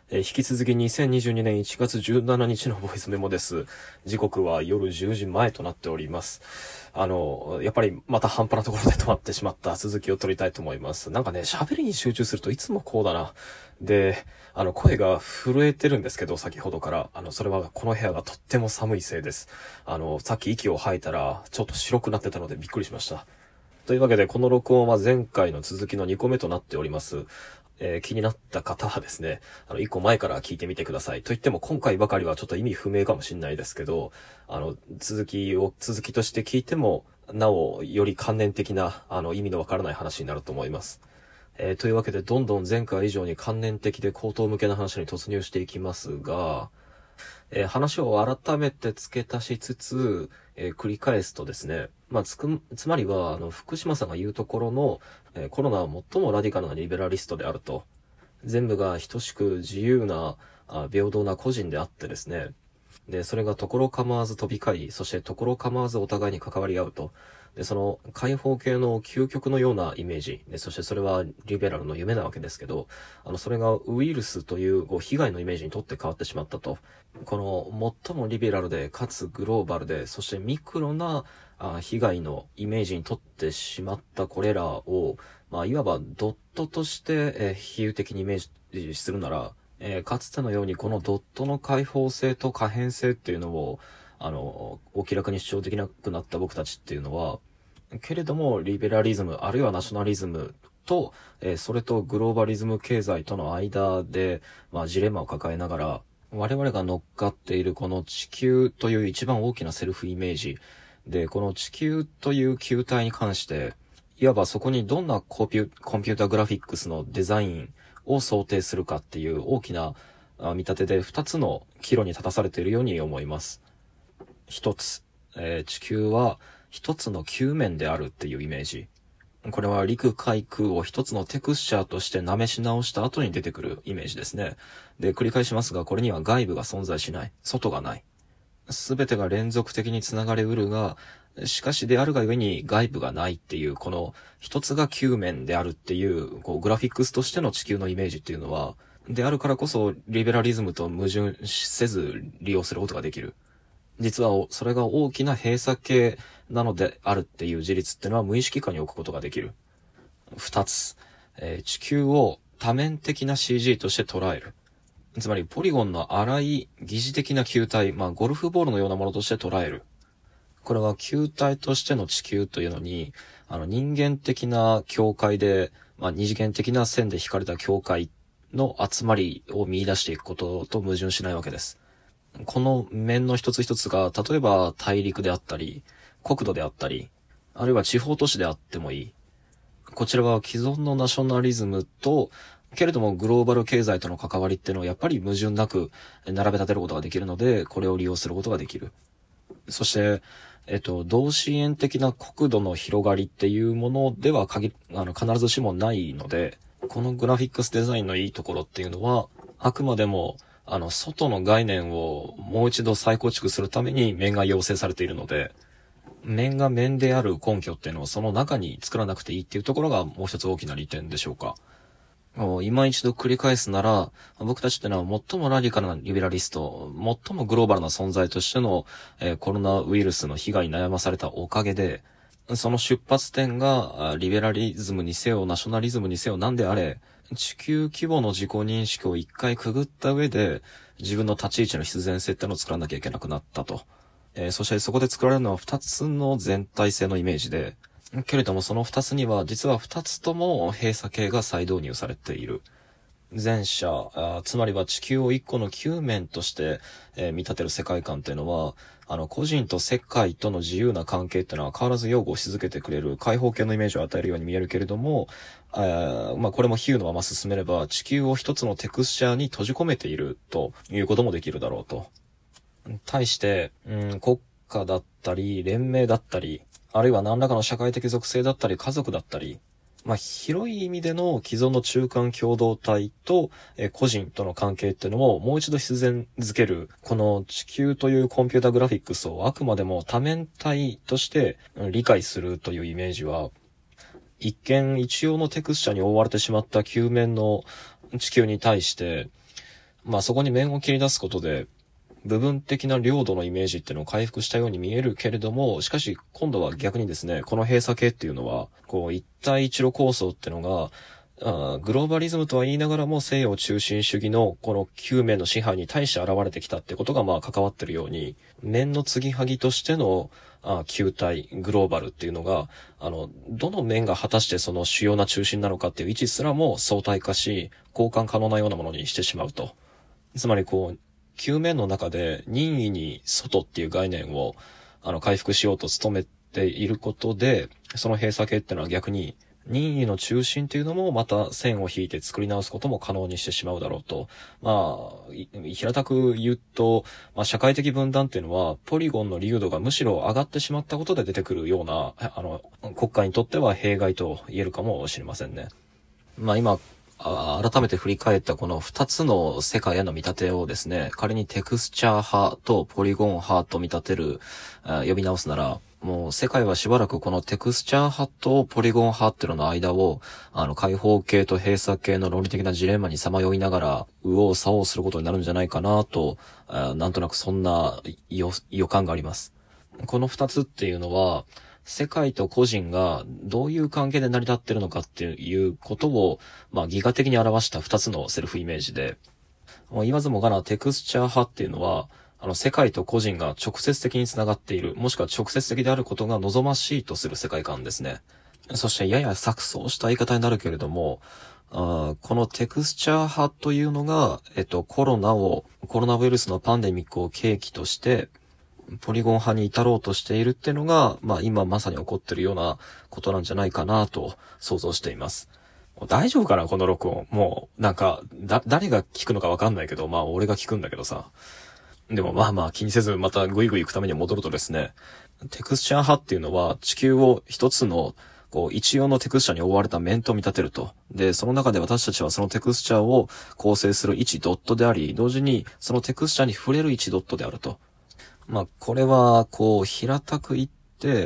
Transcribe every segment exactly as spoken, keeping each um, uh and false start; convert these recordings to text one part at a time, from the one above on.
えー引き続きにせんにじゅうにねんいちがつじゅうしちにちのボイスメモです。時刻は夜じゅうじまえとなっております。あの、やっぱりまた半端なところで止まってしまった続きを取りたいと思います。なんかね、喋りに集中するといつもこうだな。で、あの、声が震えてるんですけど、先ほどから。あの、それはこの部屋がとっても寒いせいです。あの、さっき息を吐いたら、ちょっと白くなってたのでびっくりしました。というわけで、この録音は前回の続きのにこめとなっております。えー気になった方はですね、あの、いっこまえから聞いてみてください。と言っても今回ばかりはちょっと意味不明かもしれないですけど、あの、続きを、続きとして聞いても、なお、より関連的な、あの、意味のわからない話になると思います。えーというわけで、どんどん前回以上に関連的で口頭向けな話に突入していきますが、えー話を改めて付け足しつつ、えー繰り返すとですね、まあ、つく、つまりは、あの、福島さんが言うところの、えーコロナは最もラディカルなリベラリストであると。全部が等しく自由な、あ平等な個人であってですね。で、それがところ構わず飛び交い、そしてところ構わずお互いに関わり合うと。で、その開放系の究極のようなイメージ。で、そしてそれはリベラルの夢なわけですけど、あの、それがウイルスというこう被害のイメージにとって変わってしまったと。この最もリベラルで、かつグローバルで、そしてミクロなあ被害のイメージにとってしまったこれらを、まあ、いわばドットとして、えー比喩的にイメージするなら、えーかつてのようにこのドットの開放性と可変性っていうのを、あの、お気楽に主張できなくなった僕たちっていうのは、けれどもリベラリズム、あるいはナショナリズムと、えーそれとグローバリズム経済との間で、まあ、ジレンマを抱えながら、我々が乗っかっているこの地球という一番大きなセルフイメージで、この地球という球体に関して、いわばそこにどんなコピュ、コンピュータグラフィックスのデザインを想定するかっていう大きなあ見立てで二つの岐路に立たされているように思います。一つ、えー地球は一つの球面であるっていうイメージ。これは陸海空を一つのテクスチャーとして舐めし直した後に出てくるイメージですね。で、繰り返しますが、これには外部が存在しない。外がない。すべてが連続的につながれうるが、しかしであるがゆえに外部がないっていう、この一つが球面であるっていう、こうグラフィックスとしての地球のイメージっていうのは、であるからこそリベラリズムと矛盾せず利用することができる。実はそれが大きな閉鎖系なのであるっていう事実っていうのは無意識下に置くことができる。二つ、えー地球を多面的な シージー として捉える。つまりポリゴンの粗い疑似的な球体、まあゴルフボールのようなものとして捉える。これは球体としての地球というのに、あの人間的な境界で、まあ二次元的な線で引かれた境界の集まりを見出していくことと矛盾しないわけです。この面の一つ一つが、例えば大陸であったり、国土であったり、あるいは地方都市であってもいい。こちらは既存のナショナリズムと、けれどもグローバル経済との関わりっていうのをやっぱり矛盾なく並べ立てることができるので、これを利用することができる。そして、えっと、同心円的な国土の広がりっていうものでは限あの、必ずしもないので、このグラフィックスデザインのいいところっていうのは、あくまでも、あの、外の概念をもう一度再構築するために面が要請されているので、面が面である根拠っていうのをその中に作らなくていいっていうところがもう一つ大きな利点でしょうか。もう今一度繰り返すなら、僕たちってのは最もラディカルなリベラリスト、最もグローバルな存在としての、えーコロナウイルスの被害に悩まされたおかげで、その出発点があリベラリズムにせよ、ナショナリズムにせよなんであれ、地球規模の自己認識を一回くぐった上で、自分の立ち位置の必然性ってのを作らなきゃいけなくなったと。えーそしてそこで作られるのは二つの全体性のイメージで、けれどもその二つには実は二つとも閉鎖系が再導入されている。前者、あつまりは地球を一個の球面として、えー見立てる世界観っていうのは、あの、個人と世界との自由な関係っていうのは変わらず擁護し続けてくれる開放系のイメージを与えるように見えるけれども、あーまあこれも比喩のまま進めれば地球を一つのテクスチャーに閉じ込めているということもできるだろうと。対して、うん、国家だったり、連盟だったり、あるいは何らかの社会的属性だったり、家族だったり、まあ、広い意味での既存の中間共同体と、えー個人との関係っていうのをもう一度必然づける、この地球というコンピュータグラフィックスをあくまでも多面体としてうん理解するというイメージは、一見一様のテクスチャに覆われてしまった球面の地球に対して、 まあそこに面を切り出すことで、部分的な領土のイメージっていうのを回復したように見えるけれども、しかし今度は逆にですね、この閉鎖系っていうのは、こう一帯一路構想っていうのが、あグローバリズムとは言いながらも西洋中心主義のこの旧面の支配に対して現れてきたってことがまあ関わってるように、面の継ぎはぎとしてのあ旧体、グローバルっていうのが、あの、どの面が果たしてその主要な中心なのかっていう位置すらも相対化し、交換可能なようなものにしてしまうと。つまりこう、旧面の中で任意に外っていう概念をあの回復しようと努めていることで、その閉鎖系っていうのは逆に任意の中心っていうのもまた線を引いて作り直すことも可能にしてしまうだろうと。まあ、平たく言うと、まあ、社会的分断っていうのはポリゴンの流度がむしろ上がってしまったことで出てくるような、あの、国家にとっては弊害と言えるかもしれませんね。まあ今、あ改めて振り返ったこの二つの世界への見立てをですね、仮にテクスチャー派とポリゴン派と見立てる、呼び直すなら、もう世界はしばらくこのテクスチャー派とポリゴン派っていうのの間を、あの開放系と閉鎖系の論理的なジレンマにさまよいながら、右往左往することになるんじゃないかなと、なんとなくそんな予感があります。この二つっていうのは、世界と個人がどういう関係で成り立ってるのかっていうことを、まあ、ギガ的に表した二つのセルフイメージで、もう言わずもがなテクスチャー派っていうのは、あの、世界と個人が直接的に繋がっている、もしくは直接的であることが望ましいとする世界観ですね。そしてやや錯綜した言い方になるけれども、あこのテクスチャー派というのが、えっと、コロナを、コロナウイルスのパンデミックを契機として、ポリゴン派に至ろうとしているっていうのが、まあ今まさに起こってるようなことなんじゃないかなと想像しています。大丈夫かなこの録音。もう、なんか、だ、誰が聞くのかわかんないけど、まあ俺が聞くんだけどさ。でもまあまあ気にせずまたグイグイ行くために戻るとですね、テクスチャー派っていうのは地球を一つのこう一様のテクスチャーに覆われた面と見立てると。で、その中で私たちはそのテクスチャーを構成する一ドットであり、同時にそのテクスチャーに触れる一ドットであると。まあ、これは、こう、平たく言って、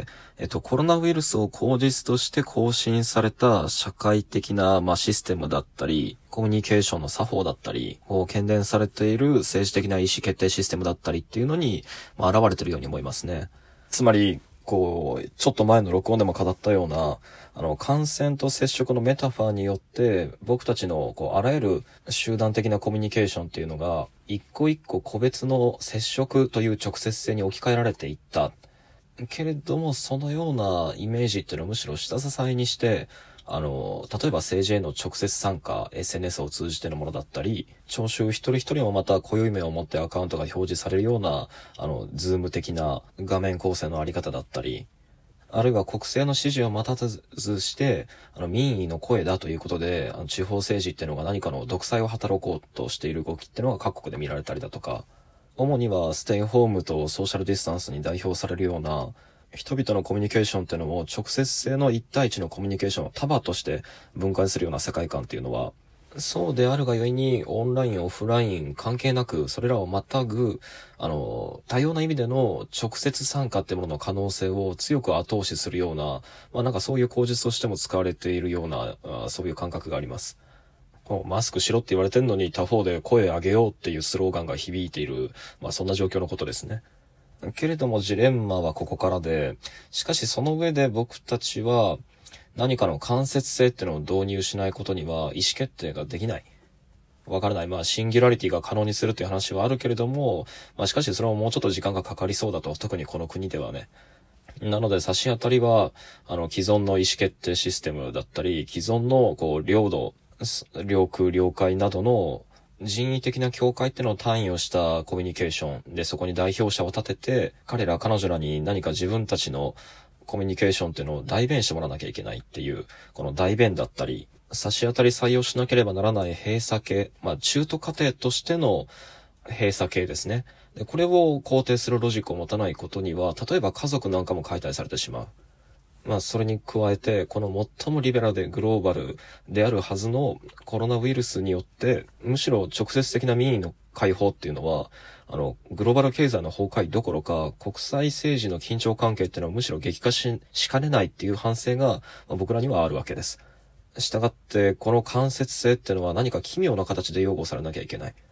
えっと、コロナウイルスを口実として更新された社会的な、まあ、システムだったり、コミュニケーションの作法だったり、こう、懸念されている政治的な意思決定システムだったりっていうのに、まあ、現れているように思いますね。つまり、こう、ちょっと前の録音でも語ったような、あの、感染と接触のメタファーによって、僕たちの、こう、あらゆる集団的なコミュニケーションっていうのが、一個一個個別の接触という直接性に置き換えられていった。けれども、そのようなイメージっていうのをむしろ下支えにして、あの、例えば政治への直接参加、エスエヌエス を通じてのものだったり、聴衆一人一人もまた固有名を持ってアカウントが表示されるような、あの、ズーム的な画面構成のあり方だったり、あるいは国政の支持を待たずして、あの、民意の声だということで、あの地方政治っていうのが何かの独裁を働こうとしている動きっていうのが各国で見られたりだとか、主にはステイホームとソーシャルディスタンスに代表されるような、人々のコミュニケーションっていうのも直接性の一対一のコミュニケーションを束として分解するような世界観っていうのは、そうであるがゆえにオンライン、オフライン関係なく、それらをまたぐ、あの、多様な意味での直接参加ってものの可能性を強く後押しするような、まあなんかそういう口実としても使われているような、あそういう感覚があります。マスクしろって言われてるのに他方で声上げようっていうスローガンが響いている、まあそんな状況のことですね。けれどもジレンマはここからで、しかしその上で僕たちは何かの間接性っていうのを導入しないことには意思決定ができない。わからない。まあシンギュラリティが可能にするという話はあるけれども、まあしかしそれももうちょっと時間がかかりそうだと、特にこの国ではね。なので差し当たりは、あの既存の意思決定システムだったり、既存のこう領土、領空、領海などの人為的な境界っていうのを単位をしたコミュニケーションで、そこに代表者を立てて、彼ら彼女らに何か自分たちのコミュニケーションっていうのを代弁してもらわなきゃいけないっていう、この代弁だったり、差し当たり採用しなければならない閉鎖系、まあ中途過程としての閉鎖系ですね。で、これを肯定するロジックを持たないことには、例えば家族なんかも解体されてしまう。まあ、それに加えて、この最もリベラルでグローバルであるはずのコロナウイルスによって、むしろ直接的な民意の解放っていうのは、あの、グローバル経済の崩壊どころか、国際政治の緊張関係っていうのはむしろ激化し、しかねないっていう反省が、まあ、僕らにはあるわけです。したがって、この間接性っていうのは何か奇妙な形で擁護されなきゃいけない。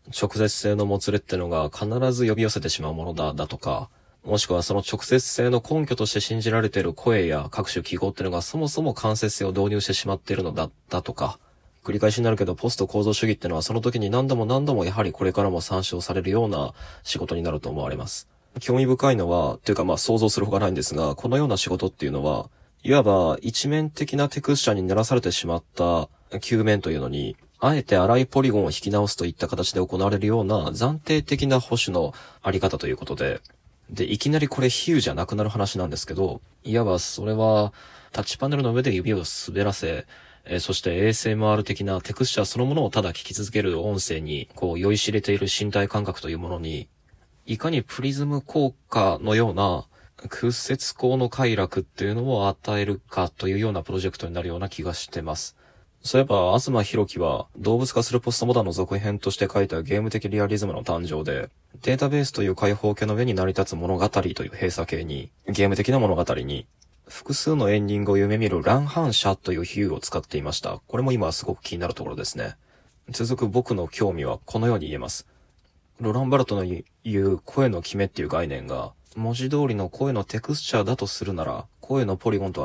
直接性のもつれってのが必ず呼び寄せてしまうものだ、だとか、もしくはその直接性の根拠として信じられている声や各種記号ってのがそもそも間接性を導入してしまっているのだ、だとか、繰り返しになるけどポスト構造主義ってのはその時に何度も何度もやはりこれからも参照されるような仕事になると思われます。興味深いのは、というかまあ想像するほかないんですが、このような仕事っていうのは、いわば一面的なテクスチャに慣らされてしまった球面というのに、あえて粗いポリゴンを引き直すといった形で行われるような暫定的な保守のあり方ということで、で、いきなりこれ比喩じゃなくなる話なんですけど、いわばそれはタッチパネルの上で指を滑らせ、えー、そして エーエスエムアール 的なテクスチャーそのものをただ聞き続ける音声に、こう酔いしれている身体感覚というものに、いかにプリズム効果のような屈折光の快楽っていうのを与えるかというようなプロジェクトになるような気がしてます。そういえば、東博樹は動物化するポストモダンの続編として書いたゲーム的リアリズムの誕生で、データベースという開放形の上に成り立つ物語という閉鎖形に、ゲーム的な物語に、複数のエンディングを夢見る乱反射という比喩を使っていました。これも今すごく気になるところですね。続く僕の興味はこのように言えます。ロランバルトの言う声の決めっていう概念が、文字通りの声のテクスチャーだとするなら、声のポリゴンとは